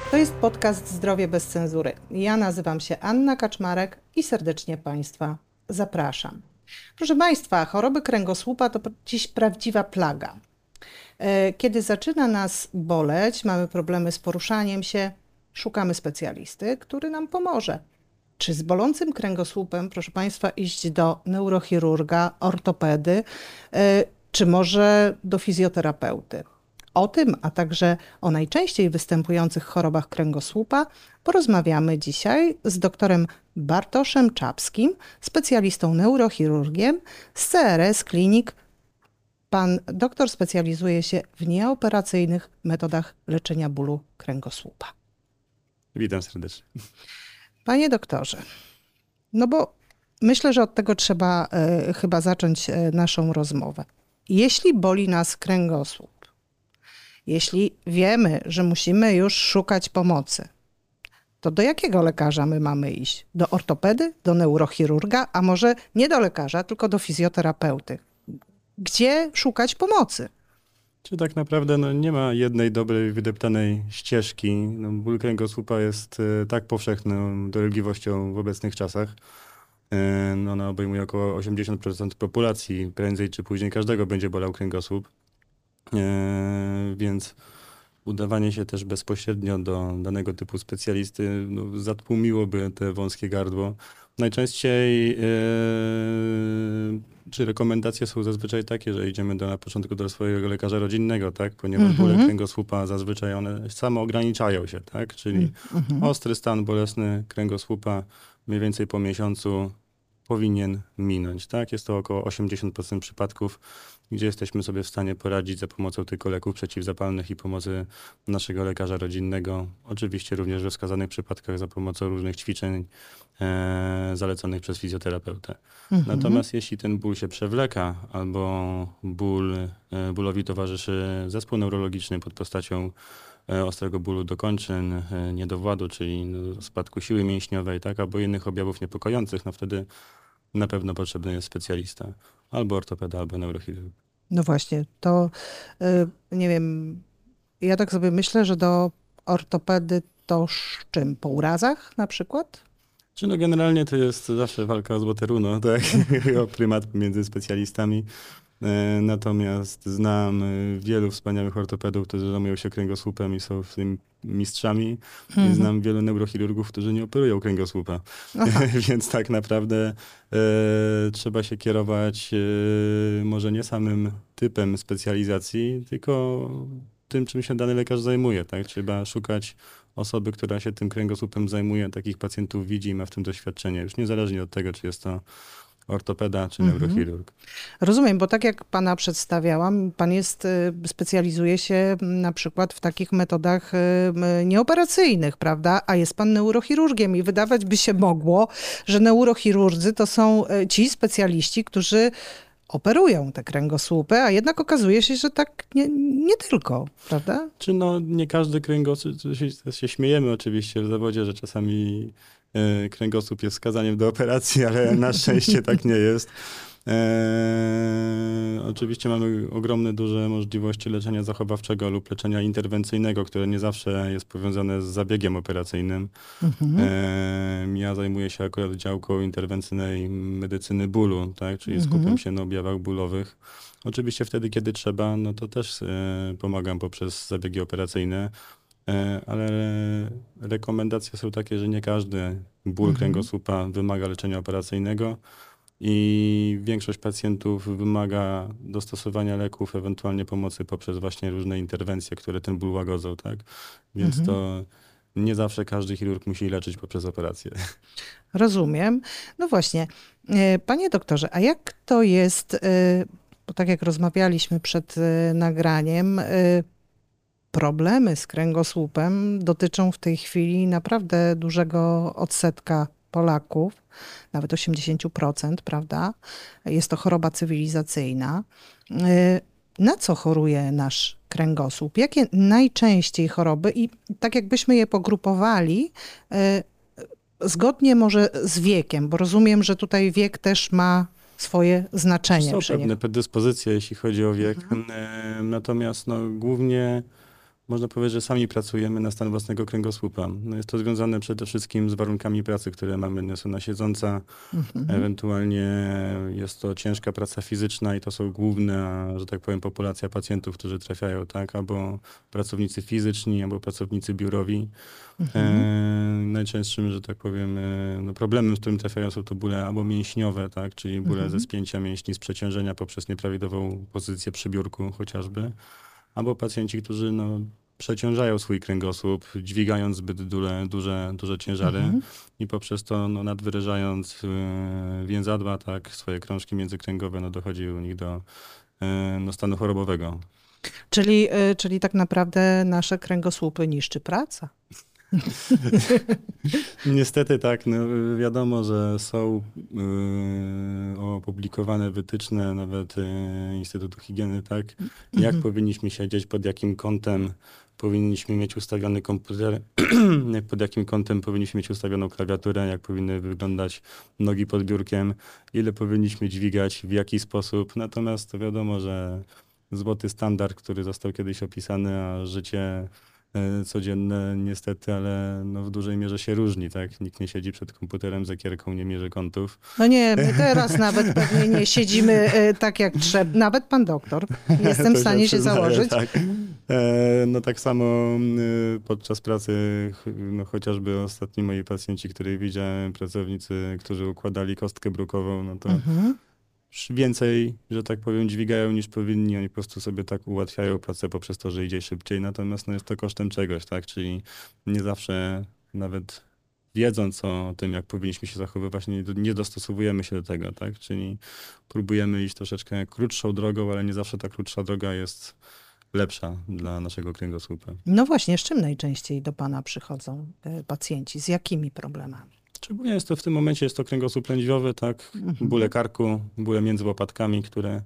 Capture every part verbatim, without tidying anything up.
To jest podcast Zdrowie bez cenzury. Ja nazywam się Anna Kaczmarek i serdecznie Państwa zapraszam. Proszę Państwa, choroby kręgosłupa to dziś prawdziwa plaga. Kiedy zaczyna nas boleć, mamy problemy z poruszaniem się, szukamy specjalisty, który nam pomoże. Czy z bolącym kręgosłupem, proszę Państwa, iść do neurochirurga, ortopedy, czy może do fizjoterapeuty? O tym, a także o najczęściej występujących chorobach kręgosłupa porozmawiamy dzisiaj z doktorem Bartoszem Czapskim, specjalistą neurochirurgiem z C R S Klinik. Pan doktor specjalizuje się w nieoperacyjnych metodach leczenia bólu kręgosłupa. Witam serdecznie. Panie doktorze, no bo myślę, że od tego trzeba e, chyba zacząć e, naszą rozmowę. Jeśli boli nas kręgosłup, jeśli wiemy, że musimy już szukać pomocy, to do jakiego lekarza my mamy iść? Do ortopedy, do neurochirurga, a może nie do lekarza, tylko do fizjoterapeuty? Gdzie szukać pomocy? Czy tak naprawdę no, nie ma jednej dobrej, wydeptanej ścieżki. No, ból kręgosłupa jest e, tak powszechną dolegliwością w obecnych czasach. E, no, ona obejmuje około osiemdziesiąt procent populacji. Prędzej czy później każdego będzie bolał kręgosłup. E, więc udawanie się też bezpośrednio do danego typu specjalisty no, zatłumiłoby te wąskie gardło. Najczęściej e, czy rekomendacje są zazwyczaj takie, że idziemy do, na początku do swojego lekarza rodzinnego, tak? Ponieważ bóle Mhm. kręgosłupa zazwyczaj one samo ograniczają się, tak? Czyli Mhm. ostry stan bolesny kręgosłupa mniej więcej po miesiącu powinien minąć, tak? Jest to około osiemdziesiąt procent przypadków, gdzie jesteśmy sobie w stanie poradzić za pomocą tylko leków przeciwzapalnych i pomocy naszego lekarza rodzinnego. Oczywiście również we wskazanych przypadkach za pomocą różnych ćwiczeń e, zaleconych przez fizjoterapeutę. Mhm. Natomiast jeśli ten ból się przewleka albo ból, e, bólowi towarzyszy zespół neurologiczny pod postacią e, ostrego bólu dokończyn, e, niedowładu, czyli no, spadku siły mięśniowej, tak, albo innych objawów niepokojących, no wtedy na pewno potrzebny jest specjalista. Albo ortopeda, albo neurochirurg. No właśnie, to y, nie wiem, ja tak sobie myślę, że do ortopedy to z czym? Po urazach na przykład? Czy no generalnie to jest zawsze walka o złote runo, tak? O prymat między specjalistami. E, natomiast znam e, wielu wspaniałych ortopedów, którzy zajmują się kręgosłupem i są w tym mistrzami. Mhm. I znam wielu neurochirurgów, którzy nie operują kręgosłupa. Więc tak naprawdę e, trzeba się kierować e, może nie samym typem specjalizacji, tylko tym, czym się dany lekarz zajmuje. Tak? Trzeba szukać osoby, która się tym kręgosłupem zajmuje, takich pacjentów widzi i ma w tym doświadczenie. Już niezależnie od tego, czy jest to ortopeda czy Mhm. neurochirurg. Rozumiem, bo tak jak pana przedstawiałam, pan jest, y, specjalizuje się na przykład w takich metodach y, y, nieoperacyjnych, prawda? A jest pan neurochirurgiem i wydawać by się mogło, że neurochirurdzy to są y, ci specjaliści, którzy operują te kręgosłupy, a jednak okazuje się, że tak nie, nie tylko, prawda? Czy no nie każdy kręgosłup, się, się śmiejemy oczywiście w zawodzie, że czasami e, kręgosłup jest wskazaniem do operacji, ale na szczęście tak nie jest. E, oczywiście mamy ogromne, duże możliwości leczenia zachowawczego lub leczenia interwencyjnego, które nie zawsze jest powiązane z zabiegiem operacyjnym. Mhm. E, ja zajmuję się akurat działką interwencyjnej medycyny bólu, tak? Czyli Mhm. skupiam się na objawach bólowych. Oczywiście wtedy, kiedy trzeba, no to też e, pomagam poprzez zabiegi operacyjne, e, ale rekomendacje są takie, że nie każdy ból Mhm. kręgosłupa wymaga leczenia operacyjnego i większość pacjentów wymaga dostosowania leków, ewentualnie pomocy poprzez właśnie różne interwencje, które ten ból łagodzą, tak? Więc Mhm. to nie zawsze każdy chirurg musi leczyć poprzez operację. Rozumiem. No właśnie, e, panie doktorze, a jak to jest, e, bo tak jak rozmawialiśmy przed e, nagraniem, e, problemy z kręgosłupem dotyczą w tej chwili naprawdę dużego odsetka Polaków, nawet osiemdziesiąt procent, prawda? Jest to choroba cywilizacyjna. E, Na co choruje nasz kręgosłup? Jakie najczęściej choroby? I tak jakbyśmy je pogrupowali, e, zgodnie może z wiekiem, bo rozumiem, że tutaj wiek też ma swoje znaczenie. Są przy nich. pewne predyspozycje, jeśli chodzi o wiek. E, Natomiast no, głównie Można powiedzieć, że sami pracujemy na stan własnego kręgosłupa. No jest to związane przede wszystkim z warunkami pracy, które mamy. Jest ona siedząca, Mhm. ewentualnie jest to ciężka praca fizyczna i to są główne, że tak powiem, populacja pacjentów, którzy trafiają, tak? Albo pracownicy fizyczni, albo pracownicy biurowi. Mhm. E, najczęstszym, że tak powiem, e, no problemem, z którym trafiają, są to bóle albo mięśniowe, tak? Czyli bóle Mhm. ze spięcia mięśni, z przeciążenia poprzez nieprawidłową pozycję przy biurku chociażby. Albo pacjenci, którzy no, przeciążają swój kręgosłup, dźwigając zbyt duże, duże, duże ciężary Mhm. i poprzez to no, nadwyrażając yy, więzadła, tak, swoje krążki międzykręgowe, no, dochodzi u nich do yy, no, stanu chorobowego. Czyli, y, czyli tak naprawdę nasze kręgosłupy niszczy praca. Niestety tak, no, wiadomo, że są yy, opublikowane wytyczne nawet yy, Instytutu Higieny, tak, jak Mhm. powinniśmy siedzieć, pod jakim kątem powinniśmy mieć ustawiony komputer, jak pod jakim kątem powinniśmy mieć ustawioną klawiaturę, jak powinny wyglądać nogi pod biurkiem, ile powinniśmy dźwigać, w jaki sposób. Natomiast to wiadomo, że złoty standard, który został kiedyś opisany, a życie e, codzienne niestety, ale no w dużej mierze się różni, tak? Nikt nie siedzi przed komputerem z ekierką, nie mierzy kątów. No nie, my teraz nawet pewnie nie siedzimy y, tak jak trzeba. Nawet pan doktor. Jestem w To stanie się przyznaję, założyć. Tak. E, no tak samo y, podczas pracy, ch- no chociażby ostatni moi pacjenci, których widziałem, pracownicy, którzy układali kostkę brukową, no to Mhm. już więcej, że tak powiem, dźwigają niż powinni. Oni po prostu sobie tak ułatwiają pracę poprzez to, że idzie szybciej. Natomiast no jest to kosztem czegoś, tak? Czyli nie zawsze nawet wiedząc o tym, jak powinniśmy się zachowywać, nie, nie dostosowujemy się do tego, tak? Czyli próbujemy iść troszeczkę krótszą drogą, ale nie zawsze ta krótsza droga jest lepsza dla naszego kręgosłupa. No właśnie, z czym najczęściej do pana przychodzą y, pacjenci? Z jakimi problemami? Szczególnie jest to w tym momencie, jest to kręgosłup lędźwiowy, tak? Mhm. Bóle karku, bóle między łopatkami, które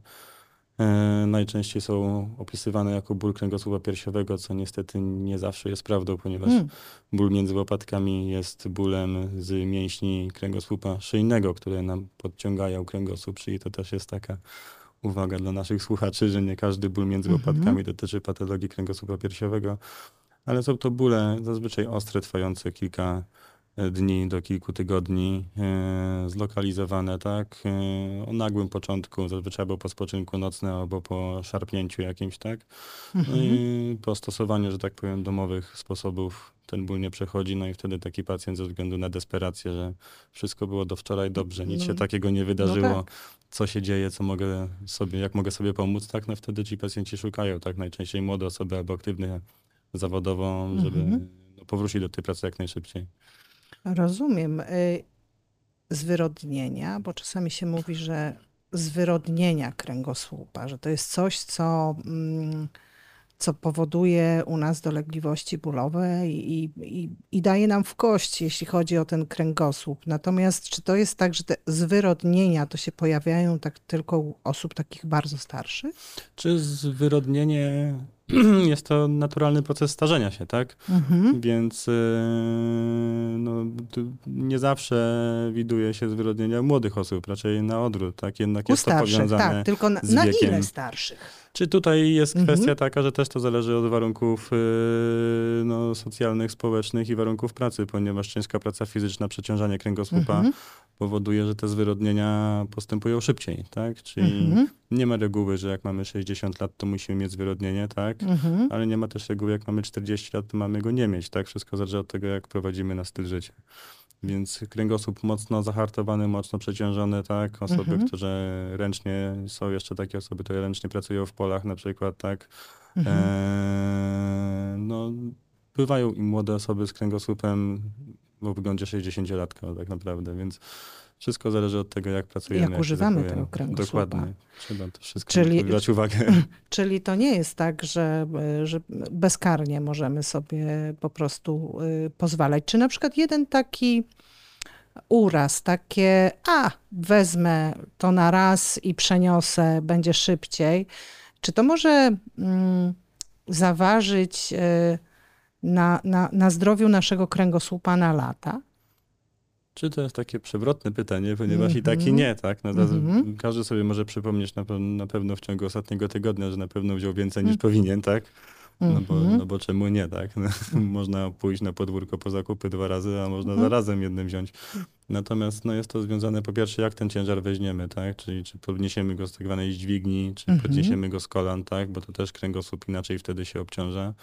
e, najczęściej są opisywane jako ból kręgosłupa piersiowego, co niestety nie zawsze jest prawdą, ponieważ Mm. ból między łopatkami jest bólem z mięśni kręgosłupa szyjnego, które nam podciągają kręgosłup, czyli to też jest taka uwaga dla naszych słuchaczy, że nie każdy ból między Mhm. łopatkami dotyczy patologii kręgosłupa piersiowego, ale są to bóle zazwyczaj ostre, trwające kilka dni do kilku tygodni, e, zlokalizowane, tak, e, o nagłym początku, zazwyczaj albo po spoczynku nocnym, albo po szarpnięciu jakimś, tak. No Mhm. i po stosowaniu, że tak powiem, domowych sposobów ten ból nie przechodzi, no i wtedy taki pacjent ze względu na desperację, że wszystko było do wczoraj dobrze, nic się No, takiego nie wydarzyło, no tak. co się dzieje, co mogę sobie, jak mogę sobie pomóc, tak, no wtedy ci pacjenci szukają, tak, najczęściej młode osoby albo aktywne zawodowo, żeby Mhm. no, powrócić do tej pracy jak najszybciej. Rozumiem. Y, Zwyrodnienia, bo czasami się mówi, że zwyrodnienia kręgosłupa, że to jest coś, co, mm, co powoduje u nas dolegliwości bólowe i, i, i daje nam w kość, jeśli chodzi o ten kręgosłup. Natomiast czy to jest tak, że te zwyrodnienia to się pojawiają tak tylko u osób takich bardzo starszych? Czy zwyrodnienie jest to naturalny proces starzenia się, tak? Mhm. Więc yy, no, tu nie zawsze widuje się zwyrodnienia u młodych osób, raczej na odwrót, tak? Jednak U jest to starszych, powiązane tak. Tylko na, z na wiekiem. ile starszych? Czy tutaj jest Mhm. kwestia taka, że też to zależy od warunków yy, no, socjalnych, społecznych i warunków pracy, ponieważ ciężka praca fizyczna, przeciążanie kręgosłupa Mhm. powoduje, że te zwyrodnienia postępują szybciej, tak? Czyli Mhm. nie ma reguły, że jak mamy sześćdziesiąt lat, to musimy mieć zwyrodnienie, tak? Mhm. Ale nie ma też reguły, jak mamy czterdzieści lat, to mamy go nie mieć, tak? Wszystko zależy od tego, jak prowadzimy nasz styl życia. Więc kręgosłup mocno zahartowany, mocno przeciążony, tak? Osoby, Mhm. które ręcznie, są jeszcze takie osoby, które ręcznie pracują w polach na przykład, tak? Mhm. Eee, no, bywają i młode osoby z kręgosłupem o wyglądzie sześćdziesięciolatka tak naprawdę, więc wszystko zależy od tego, jak pracujemy. Jak się używamy zachowujemy. tego kręgosłupa. Dokładnie. Trzeba to wszystko Czyli- brać uwagę. Czyli to nie jest tak, że, że bezkarnie możemy sobie po prostu y, pozwalać. Czy na przykład jeden taki uraz, takie, a wezmę to na raz i przeniosę, będzie szybciej, czy to może mm, zaważyć y, na, na, na zdrowiu naszego kręgosłupa na lata? Czy to jest takie przewrotne pytanie, ponieważ i tak i Mhm. nie, tak? No, Mhm. Każdy sobie może przypomnieć na, pe- na pewno w ciągu ostatniego tygodnia, że na pewno wziął więcej niż Mhm. powinien, tak? No bo, Mhm. no bo czemu nie, tak? No, można pójść na podwórko po zakupy dwa razy, a można Mhm. zarazem jednym wziąć. Natomiast no, jest to związane po pierwsze, jak ten ciężar weźmiemy, tak? Czyli czy podniesiemy go z tak zwanej dźwigni, czy Mhm. podniesiemy go z kolan, tak? Bo to też kręgosłup inaczej wtedy się obciąża.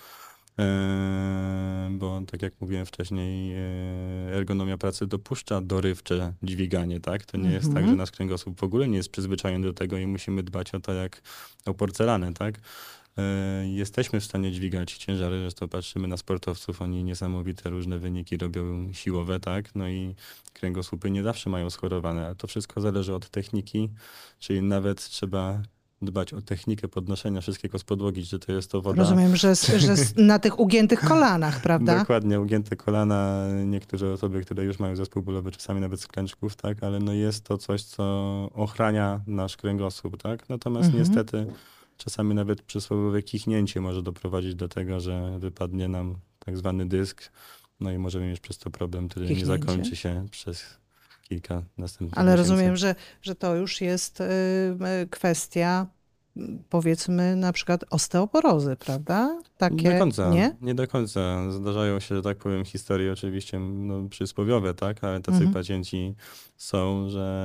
Eee, bo tak jak mówiłem wcześniej, eee, ergonomia pracy dopuszcza dorywcze dźwiganie, tak? To nie jest tak, że Mhm. nasz kręgosłup w ogóle nie jest przyzwyczajony do tego i musimy dbać o to jak o porcelanę, tak? Eee, jesteśmy w stanie dźwigać ciężary, zresztą patrzymy na sportowców, oni niesamowite różne wyniki robią siłowe, tak? No i kręgosłupy nie zawsze mają schorowane, ale to wszystko zależy od techniki, czyli nawet trzeba dbać o technikę podnoszenia wszystkiego z podłogi, czy to jest to woda. Rozumiem, że, s- że s- na tych ugiętych kolanach, prawda? Dokładnie, ugięte kolana, niektóre osoby, które już mają zespół bólowy, czasami nawet z klęczków, tak, ale no jest to coś, co ochrania nasz kręgosłup, tak, natomiast Mhm. niestety czasami nawet przysłowiowe kichnięcie może doprowadzić do tego, że wypadnie nam tak zwany dysk, no i możemy mieć przez to problem, który nie Kichnięcie. zakończy się przez kilka następnych Ale miesięcy. rozumiem, że, że to już jest y, y, kwestia, mm, powiedzmy, na przykład osteoporozy, prawda? Nie do Takie, końca, nie? nie do końca. Zdarzają się, że tak powiem, historie oczywiście no, przysłowiowe, tak, ale tacy Mhm. pacjenci są,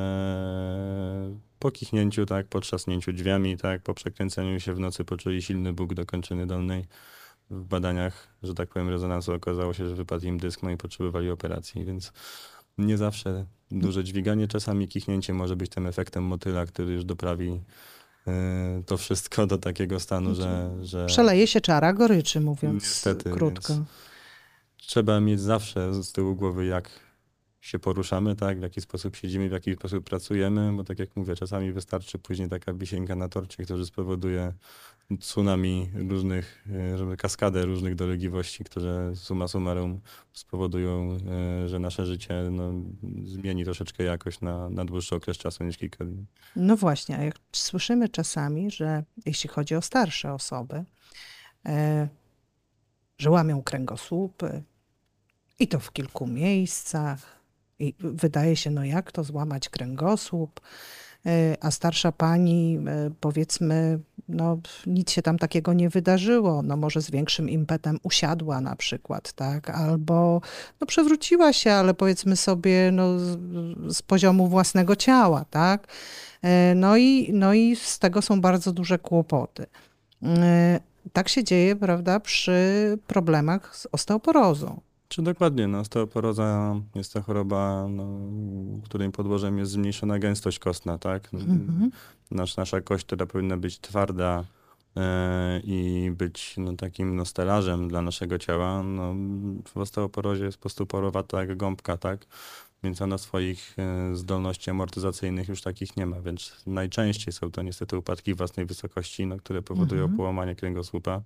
że po kichnięciu, tak, po trzasnięciu drzwiami, tak, po przekręceniu się w nocy poczuli silny ból do kończyny dolnej. W badaniach, że tak powiem, rezonansu okazało się, że wypadł im dysk, no i potrzebowali operacji, więc nie zawsze duże dźwiganie, czasami kichnięcie może być tym efektem motyla, który już doprawi y, to wszystko do takiego stanu, że, że Przeleje się czara goryczy, mówiąc niestety, więc krótko. trzeba mieć zawsze z tyłu głowy, jak się poruszamy, tak, w jaki sposób siedzimy, w jaki sposób pracujemy, bo tak jak mówię, czasami wystarczy później taka wisienka na torcie, która spowoduje tsunami różnych, e, kaskadę różnych dolegliwości, które summa summarum spowodują, e, że nasze życie no, zmieni troszeczkę jakość na, na dłuższy okres czasu niż kilka dni. No właśnie, a jak słyszymy czasami, że jeśli chodzi o starsze osoby, e, że łamią kręgosłupy i to w kilku miejscach i wydaje się, no jak to złamać kręgosłup, e, a starsza pani, e, powiedzmy, no nic się tam takiego nie wydarzyło, no może z większym impetem usiadła na przykład, tak, albo no przewróciła się, ale powiedzmy sobie, no z, z poziomu własnego ciała, tak, E, no i, no i z tego są bardzo duże kłopoty. E, Tak się dzieje, prawda, przy problemach z osteoporozą. Czy dokładnie, no, osteoporoza jest to choroba, no, której podłożem jest zmniejszona gęstość kostna, tak? Mhm. Nasz, nasza kość, która powinna być twarda e, i być no, takim no, stelażem dla naszego ciała, no, w osteoporozie jest po prostu porowata jak gąbka, tak? Więc ona swoich e, zdolności amortyzacyjnych już takich nie ma, więc najczęściej są to niestety upadki własnej wysokości, no, które powodują Mhm. połamanie kręgosłupa.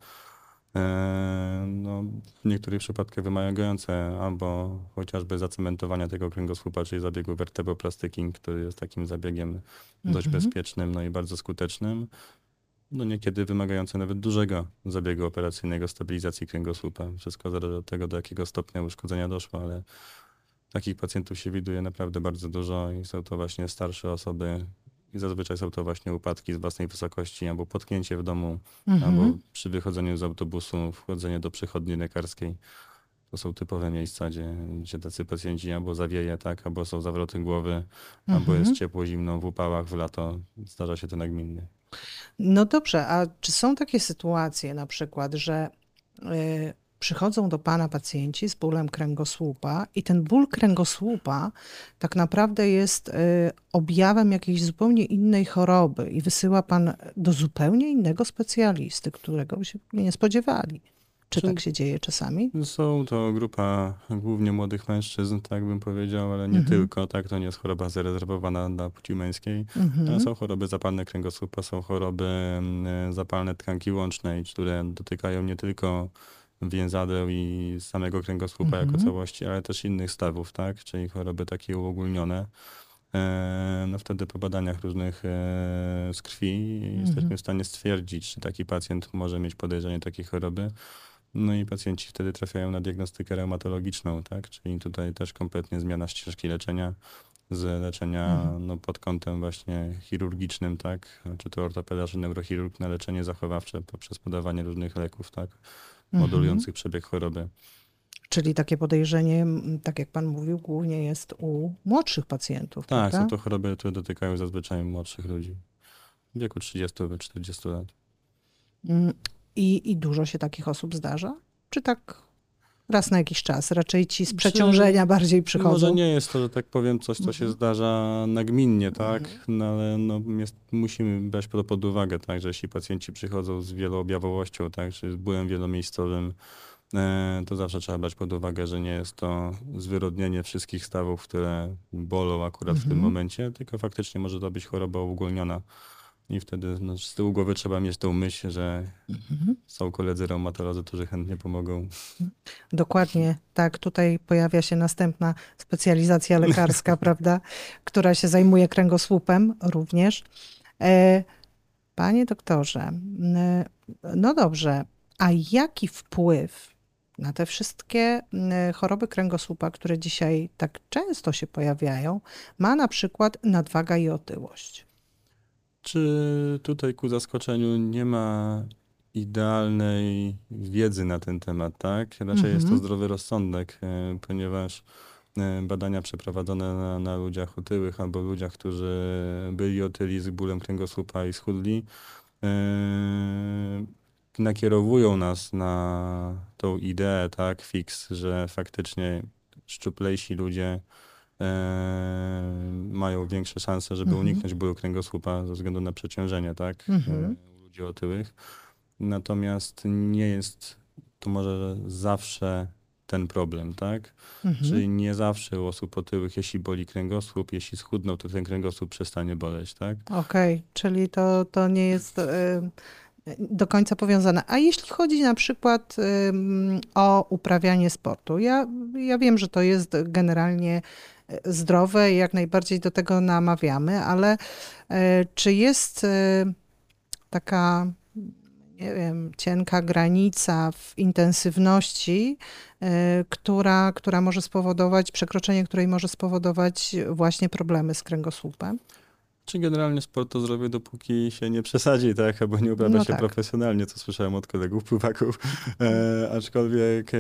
E, No, w niektórych przypadkach wymagające albo chociażby zacementowania tego kręgosłupa, czyli zabiegu vertebroplastyki, który jest takim zabiegiem dość Mhm. bezpiecznym, no i bardzo skutecznym. No niekiedy wymagające nawet dużego zabiegu operacyjnego stabilizacji kręgosłupa. Wszystko zależy od tego, do jakiego stopnia uszkodzenia doszło, ale takich pacjentów się widuje naprawdę bardzo dużo i są to właśnie starsze osoby i zazwyczaj są to właśnie upadki z własnej wysokości albo potknięcie w domu, albo Mhm. przy wychodzeniu z autobusu, wchodzenie do przychodni lekarskiej. To są typowe miejsca, gdzie, gdzie tacy pacjenci albo zawieje, tak, albo są zawroty głowy, albo jest Mhm. ciepło, zimno w upałach, w lato. Zdarza się to nagminnie. No dobrze, a czy są takie sytuacje na przykład, że y, przychodzą do pana pacjenci z bólem kręgosłupa i ten ból kręgosłupa tak naprawdę jest y, objawem jakiejś zupełnie innej choroby i wysyła pan do zupełnie innego specjalisty, którego by się nie spodziewali? Czy Czy tak się dzieje czasami? są to grupa głównie młodych mężczyzn, tak bym powiedział, ale nie Mhm. tylko, tak, to nie jest choroba zarezerwowana dla płci męskiej. Ale Mhm. są choroby zapalne kręgosłupa, są choroby mm, zapalne tkanki łącznej, które dotykają nie tylko więzadeł i samego kręgosłupa jako Mhm. całości, ale też innych stawów, tak, czyli choroby takie uogólnione. E, No wtedy po badaniach różnych e, z krwi Mhm. jesteśmy w stanie stwierdzić, czy taki pacjent może mieć podejrzenie takiej choroby. No i pacjenci wtedy trafiają na diagnostykę reumatologiczną, tak? Czyli tutaj też kompletnie zmiana ścieżki leczenia. z leczenia Mhm. no, pod kątem właśnie chirurgicznym, tak? Czy to ortopeda, czy neurochirurg na leczenie zachowawcze poprzez podawanie różnych leków, tak? Mhm. Modulujących przebieg choroby. Czyli takie podejrzenie, m, tak jak pan mówił, głównie jest u młodszych pacjentów, Tak, są prawda? to choroby, które dotykają zazwyczaj młodszych ludzi w wieku trzydziestu do czterdziestu lat. Mm, I, I dużo się takich osób zdarza? Czy tak raz na jakiś czas? Raczej ci z Czy przeciążenia bardziej może przychodzą? nie jest to, że tak powiem, coś, co się Mhm. zdarza nagminnie, tak? Mhm. No ale no, jest, musimy brać to pod uwagę, tak? Że jeśli pacjenci przychodzą z wieloobjawowością, tak? Czy z bólem wielomiejscowym, e, to zawsze trzeba brać pod uwagę, że nie jest to zwyrodnienie wszystkich stawów, które bolą akurat w tym Mhm. momencie, tylko faktycznie może to być choroba uogólniona. I wtedy no, z tyłu głowy trzeba mieć tą myśl, że Mhm. są koledzy reumatolodzy, którzy chętnie pomogą. Dokładnie tak. Tutaj pojawia się następna specjalizacja lekarska, prawda, która się zajmuje kręgosłupem również. E, Panie doktorze, m, no dobrze, a jaki wpływ na te wszystkie m, choroby kręgosłupa, które dzisiaj tak często się pojawiają, ma na przykład nadwaga i otyłość? Czy tutaj ku zaskoczeniu nie ma idealnej wiedzy na ten temat, tak? Raczej jest to Mhm. zdrowy rozsądek, e, ponieważ e, badania przeprowadzone na, na ludziach otyłych albo ludziach, którzy byli otyli z bólem kręgosłupa i schudli, e, nakierowują nas na tą ideę, tak, fix, że faktycznie szczuplejsi ludzie e, mają większe szanse, żeby Mhm. uniknąć bólu kręgosłupa ze względu na przeciążenie, tak, e, Mhm. u ludzi otyłych. Natomiast nie jest to może zawsze ten problem, tak? Mhm. Czyli nie zawsze u osób otyłych, jeśli boli kręgosłup, jeśli schudną, to ten kręgosłup przestanie boleć, tak? Okej, czyli to, to nie jest e, do końca powiązane. A jeśli chodzi na przykład ym, o uprawianie sportu, ja, ja wiem, że to jest generalnie e, zdrowe i jak najbardziej do tego namawiamy, ale e, czy jest e, taka, nie wiem, cienka granica w intensywności, e, która, która może spowodować, przekroczenie której może spowodować właśnie problemy z kręgosłupem? Czy generalnie sport to zdrowie, dopóki się nie przesadzi, tak? Albo nie uprawia No się tak. profesjonalnie, co słyszałem od kolegów pływaków. E, aczkolwiek e,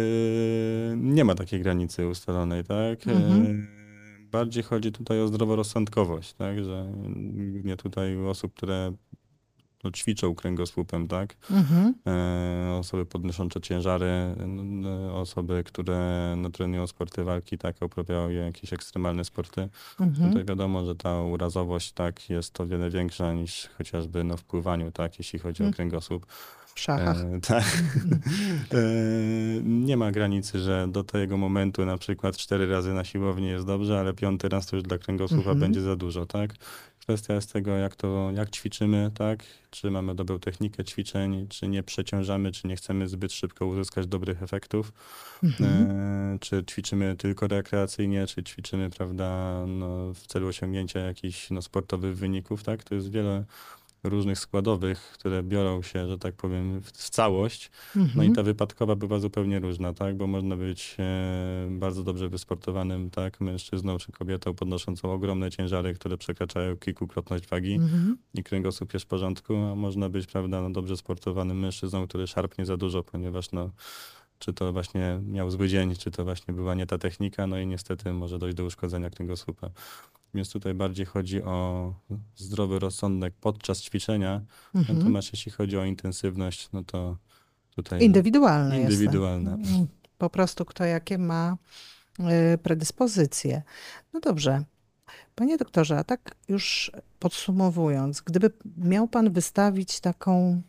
nie ma takiej granicy ustalonej, tak? E, Mhm. bardziej chodzi tutaj o zdroworozsądkowość, tak? Że nie tutaj u osób, które no, ćwiczą kręgosłupem, tak? Mhm. E, osoby podnoszące ciężary, n- n- osoby, które no, trenują sporty walki, tak? Uprawiają jakieś ekstremalne sporty. Mhm. Tutaj wiadomo, że ta urazowość tak jest o wiele większa niż chociażby no, w pływaniu, tak, jeśli chodzi o Mhm. kręgosłup. W szachach. E, tak. E, nie ma granicy, że do tego momentu na przykład cztery razy na siłowni jest dobrze, ale piąty raz to już dla kręgosłupa Mhm. będzie za dużo, tak? Kwestia jest tego, jak to, jak ćwiczymy, tak? Czy mamy dobrą technikę ćwiczeń, czy nie przeciążamy, czy nie chcemy zbyt szybko uzyskać dobrych efektów. Mhm. E, czy ćwiczymy tylko rekreacyjnie, czy ćwiczymy, prawda, no, w celu osiągnięcia jakichś no, sportowych wyników, tak? To jest wiele różnych składowych, które biorą się, że tak powiem, w, w całość. No i Mhm. ta wypadkowa bywa zupełnie różna, tak? Bo można być e, bardzo dobrze wysportowanym, tak, mężczyzną czy kobietą podnoszącą ogromne ciężary, które przekraczają kilkukrotność wagi Mhm. i kręgosłup jest w porządku, a można być, prawda, no, dobrze sportowanym mężczyzną, który szarpnie za dużo, ponieważ no, czy to właśnie miał zły dzień, czy to właśnie była nie ta technika, no i niestety może dojść do uszkodzenia kręgosłupa. Więc tutaj bardziej chodzi o zdrowy rozsądek podczas ćwiczenia, Mhm. natomiast jeśli chodzi o intensywność, no to tutaj Indywidualne jest to. indywidualne. Mm, Po prostu kto jakie ma y, predyspozycje. No dobrze. Panie doktorze, a tak już podsumowując, gdyby miał pan wystawić taką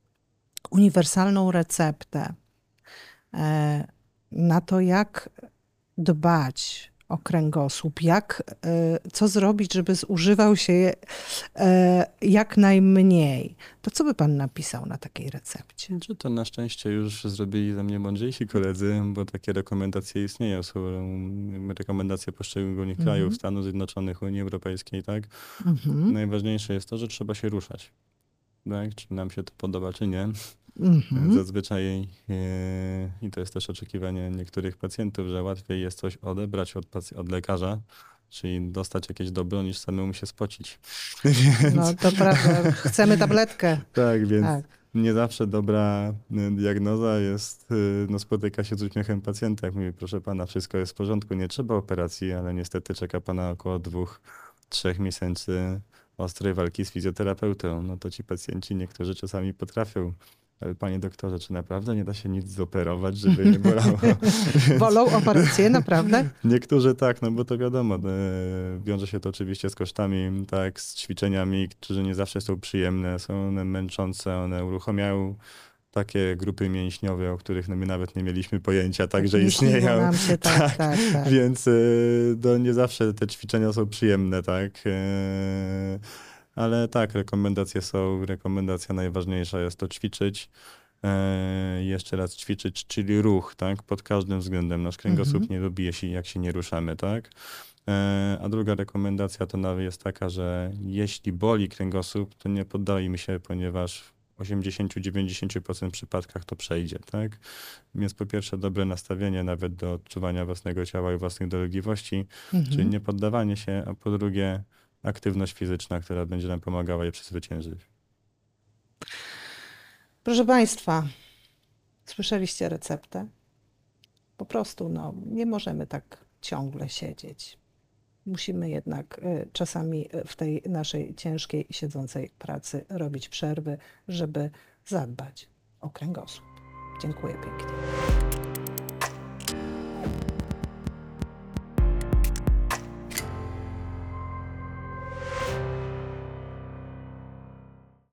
uniwersalną receptę e, na to, jak dbać o kręgosłup, jak, e, co zrobić, żeby zużywał się je, e, jak najmniej, to co by pan napisał na takiej recepcie? Czy to na szczęście już zrobili ze mnie mądrzejsi koledzy, bo takie rekomendacje istnieją. Są um, rekomendacje poszczególnych krajów, Mhm. Stanów Zjednoczonych, Unii Europejskiej, tak? Mhm. Najważniejsze jest to, że trzeba się ruszać. Tak? Czy nam się to podoba, czy nie. Mhm. Zazwyczaj, e, i to jest też oczekiwanie niektórych pacjentów, że łatwiej jest coś odebrać od, pac- od lekarza, czyli dostać jakieś dobro, niż samemu się spocić. No to prawda, chcemy tabletkę. Tak, więc Tak. nie zawsze dobra y, diagnoza jest, y, no spotyka się z uśmiechem pacjenta, jak mówi, proszę pana, wszystko jest w porządku, nie trzeba operacji, ale niestety czeka pana około dwóch, trzech miesięcy ostrej walki z fizjoterapeutą. No to ci pacjenci niektórzy czasami potrafią. Ale panie doktorze, czy naprawdę nie da się nic zoperować, żeby nie bolało? Więc Wolą operację, naprawdę? niektórzy tak, no bo to wiadomo, e, wiąże się to oczywiście z kosztami, tak, z ćwiczeniami, które nie zawsze są przyjemne, są one męczące, one uruchamiają takie grupy mięśniowe, o których no my nawet nie mieliśmy pojęcia, także Nie śniło istnieją. nam się, tak, tak, tak. Więc e, no nie zawsze te ćwiczenia są przyjemne, tak. E, ale tak, rekomendacje są, rekomendacja najważniejsza jest to ćwiczyć. E, jeszcze raz ćwiczyć, czyli ruch, tak, pod każdym względem. Nasz kręgosłup Mhm. nie lubi, jeśli, jak się nie ruszamy, tak. E, a druga rekomendacja to nawet jest taka, że jeśli boli kręgosłup, to nie poddajmy się, ponieważ w osiemdziesiąt do dziewięćdziesięciu procent przypadkach to przejdzie, tak. Więc po pierwsze dobre nastawienie nawet do odczuwania własnego ciała i własnych dolegliwości, czyli Mhm. nie poddawanie się, a po drugie aktywność fizyczna, która będzie nam pomagała je przezwyciężyć. Proszę Państwa, słyszeliście receptę? Po prostu no, nie możemy tak ciągle siedzieć. Musimy jednak y, czasami y, w tej naszej ciężkiej, siedzącej pracy robić przerwy, żeby zadbać o kręgosłup. Dziękuję pięknie.